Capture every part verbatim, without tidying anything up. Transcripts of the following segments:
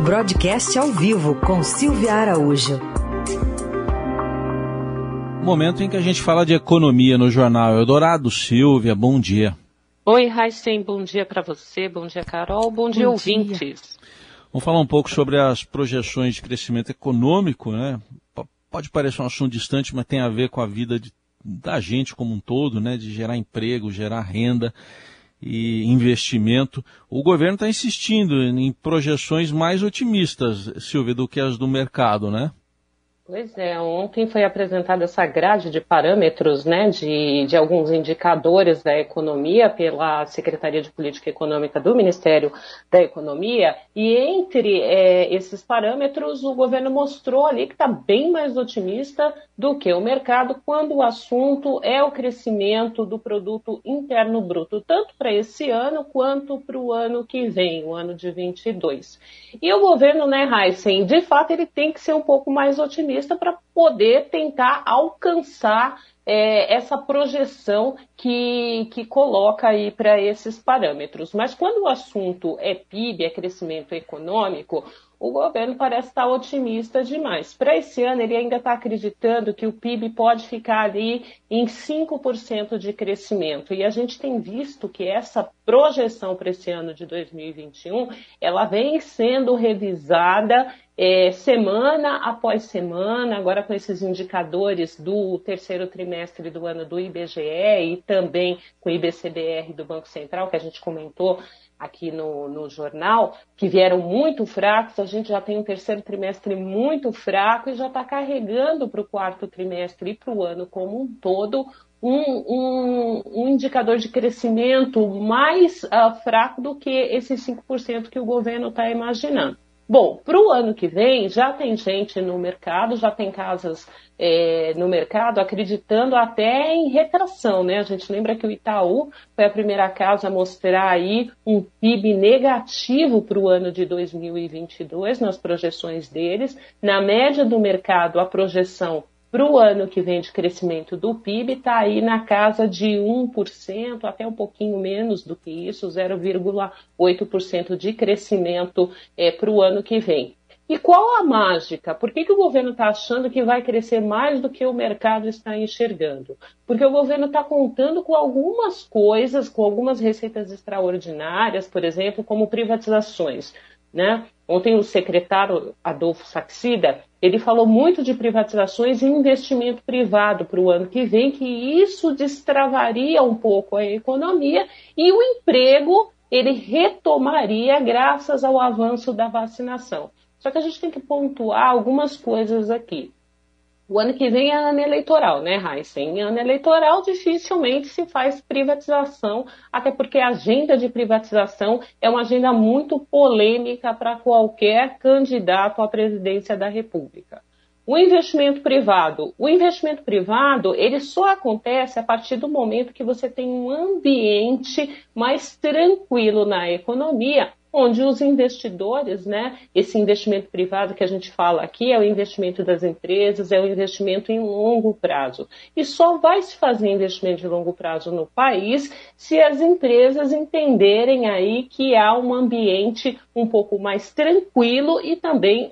Broadcast ao vivo com Silvia Araújo. Momento em que a gente fala de economia no Jornal Eldorado. Silvia, bom dia. Oi, Raíssen, bom dia para você, bom dia, Carol, bom, bom dia, ouvintes. Dia. Vamos falar um pouco sobre as projeções de crescimento econômico, né? Pode parecer um assunto distante, mas tem a ver com a vida de, da gente como um todo, né? De gerar emprego, gerar renda e investimento. O governo está insistindo em projeções mais otimistas, Silvia, do que as do mercado, né? Pois é, ontem foi apresentada essa grade de parâmetros, né, de, de alguns indicadores da economia pela Secretaria de Política Econômica do Ministério da Economia, e entre é, esses parâmetros o governo mostrou ali que está bem mais otimista do que o mercado quando o assunto é o crescimento do produto interno bruto, tanto para esse ano quanto para o ano que vem, o ano de vinte e dois. E o governo, né, Raíssen, de fato ele tem que ser um pouco mais otimista para poder tentar alcançar é, essa projeção que, que coloca aí para esses parâmetros. Mas quando o assunto é P I B, é crescimento econômico, o governo parece estar otimista demais. Para esse ano, ele ainda está acreditando que o P I B pode ficar ali em cinco por cento de crescimento. E a gente tem visto que essa projeção para esse ano de dois mil e vinte e um, ela vem sendo revisada é, semana após semana, agora com esses indicadores do terceiro trimestre do ano do I B G E e também com o I B C B R do Banco Central, que a gente comentou aqui no, no jornal, que vieram muito fracos. A gente já tem um terceiro trimestre muito fraco e já está carregando para o quarto trimestre e para o ano como um todo um, um, um indicador de crescimento mais uh, fraco do que esses cinco por cento que o governo está imaginando. Bom, para o ano que vem, já tem gente no mercado, já tem casas é, no mercado acreditando até em retração, né? A gente lembra que o Itaú foi a primeira casa a mostrar aí um P I B negativo para o ano de dois mil e vinte e dois, nas projeções deles. Na média do mercado, a projeção para o ano que vem de crescimento do P I B está aí na casa de um por cento, até um pouquinho menos do que isso, zero vírgula oito por cento de crescimento é, para o ano que vem. E qual a mágica? Por que, que o governo está achando que vai crescer mais do que o mercado está enxergando? Porque o governo está contando com algumas coisas, com algumas receitas extraordinárias, por exemplo, como privatizações, né? Ontem o secretário Adolfo Saxida, ele falou muito de privatizações e investimento privado para o ano que vem, que isso destravaria um pouco a economia e o emprego ele retomaria graças ao avanço da vacinação. Só que a gente tem que pontuar algumas coisas aqui. O ano que vem é ano eleitoral, né, Raíssen? Em ano eleitoral dificilmente se faz privatização, até porque a agenda de privatização é uma agenda muito polêmica para qualquer candidato à presidência da República. O investimento privado. O investimento privado, ele só acontece a partir do momento que você tem um ambiente mais tranquilo na economia, onde os investidores, né, esse investimento privado que a gente fala aqui é o investimento das empresas, é o investimento em longo prazo. E só vai se fazer investimento de longo prazo no país se as empresas entenderem aí que há um ambiente um pouco mais tranquilo e também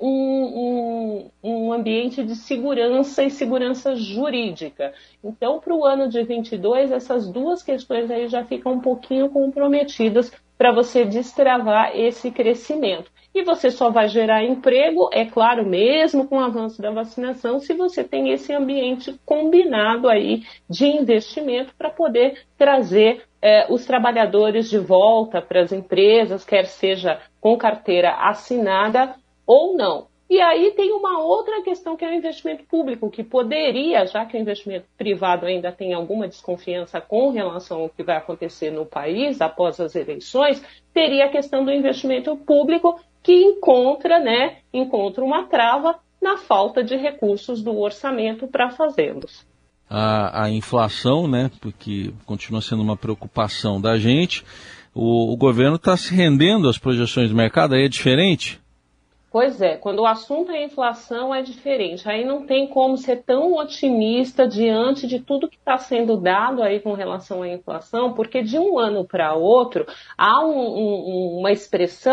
um, um, um ambiente de segurança e segurança jurídica. Então, para o ano de vinte e dois, essas duas questões aí já ficam um pouquinho comprometidas para você destravar esse crescimento. E você só vai gerar emprego, é claro, mesmo com o avanço da vacinação, se você tem esse ambiente combinado aí de investimento para poder trazer eh, os trabalhadores de volta para as empresas, quer seja com carteira assinada ou não. E aí tem uma outra questão que é o investimento público, que poderia, já que o investimento privado ainda tem alguma desconfiança com relação ao que vai acontecer no país após as eleições, teria a questão do investimento público que encontra, né, encontra uma trava na falta de recursos do orçamento para fazê-los. A, a inflação, né, porque continua sendo uma preocupação da gente, o, o governo está se rendendo às projeções do mercado, aí é diferente? Pois é, quando o assunto é inflação é diferente, aí não tem como ser tão otimista diante de tudo que está sendo dado aí com relação à inflação, porque de um ano para outro há um, um, uma expressão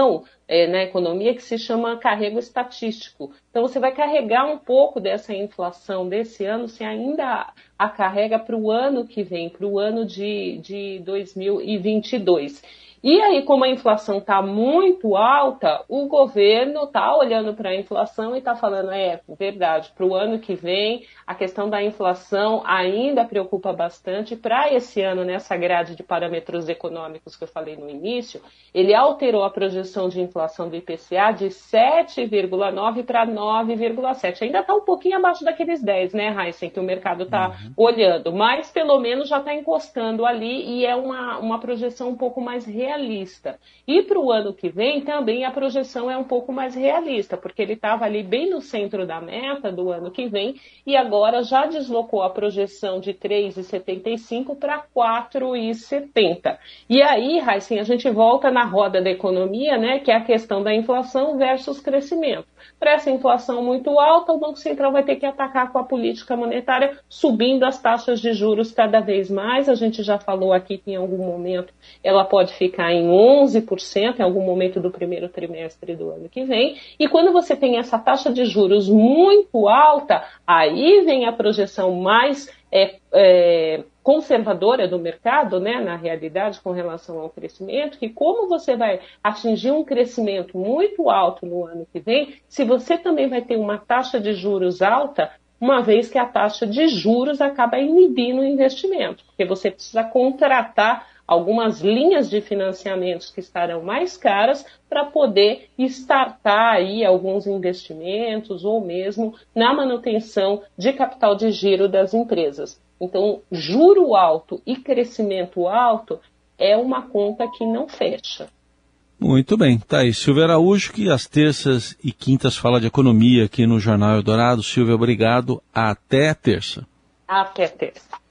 é, na economia que se chama carrego estatístico. Então, você vai carregar um pouco dessa inflação desse ano, se ainda a carrega para o ano que vem, para o ano de, de dois mil e vinte e dois. E aí, como a inflação está muito alta, o governo está olhando para a inflação e está falando, é verdade, para o ano que vem, a questão da inflação ainda preocupa bastante. Para esse ano, nessa grade de parâmetros econômicos que eu falei no início, ele alterou a projeção de inflação do I P C A de sete vírgula nove para nove vírgula sete. Ainda está um pouquinho abaixo daqueles dez, né, Heisen, que o mercado está uhum. olhando, mas pelo menos já está encostando ali e é uma, uma projeção um pouco mais realista. realista. E para o ano que vem também a projeção é um pouco mais realista, porque ele estava ali bem no centro da meta do ano que vem e agora já deslocou a projeção de três vírgula setenta e cinco para quatro vírgula setenta. E aí, Heisen, a gente volta na roda da economia, né, que é a questão da inflação versus crescimento. Para essa inflação muito alta, o Banco Central vai ter que atacar com a política monetária, subindo as taxas de juros cada vez mais. A gente já falou aqui que em algum momento ela pode ficar em onze por cento, em algum momento do primeiro trimestre do ano que vem. E quando você tem essa taxa de juros muito alta, aí vem a projeção mais é, é, conservadora do mercado, né, na realidade, com relação ao crescimento, que como você vai atingir um crescimento muito alto no ano que vem, se você também vai ter uma taxa de juros alta, uma vez que a taxa de juros acaba inibindo o investimento, porque você precisa contratar algumas linhas de financiamentos que estarão mais caras para poder startar aí alguns investimentos ou mesmo na manutenção de capital de giro das empresas. Então, juro alto e crescimento alto é uma conta que não fecha. Muito bem, tá aí. Silvia Araújo, que às terças e quintas fala de economia aqui no Jornal Eldorado. Silvia, obrigado. Até terça. Até terça.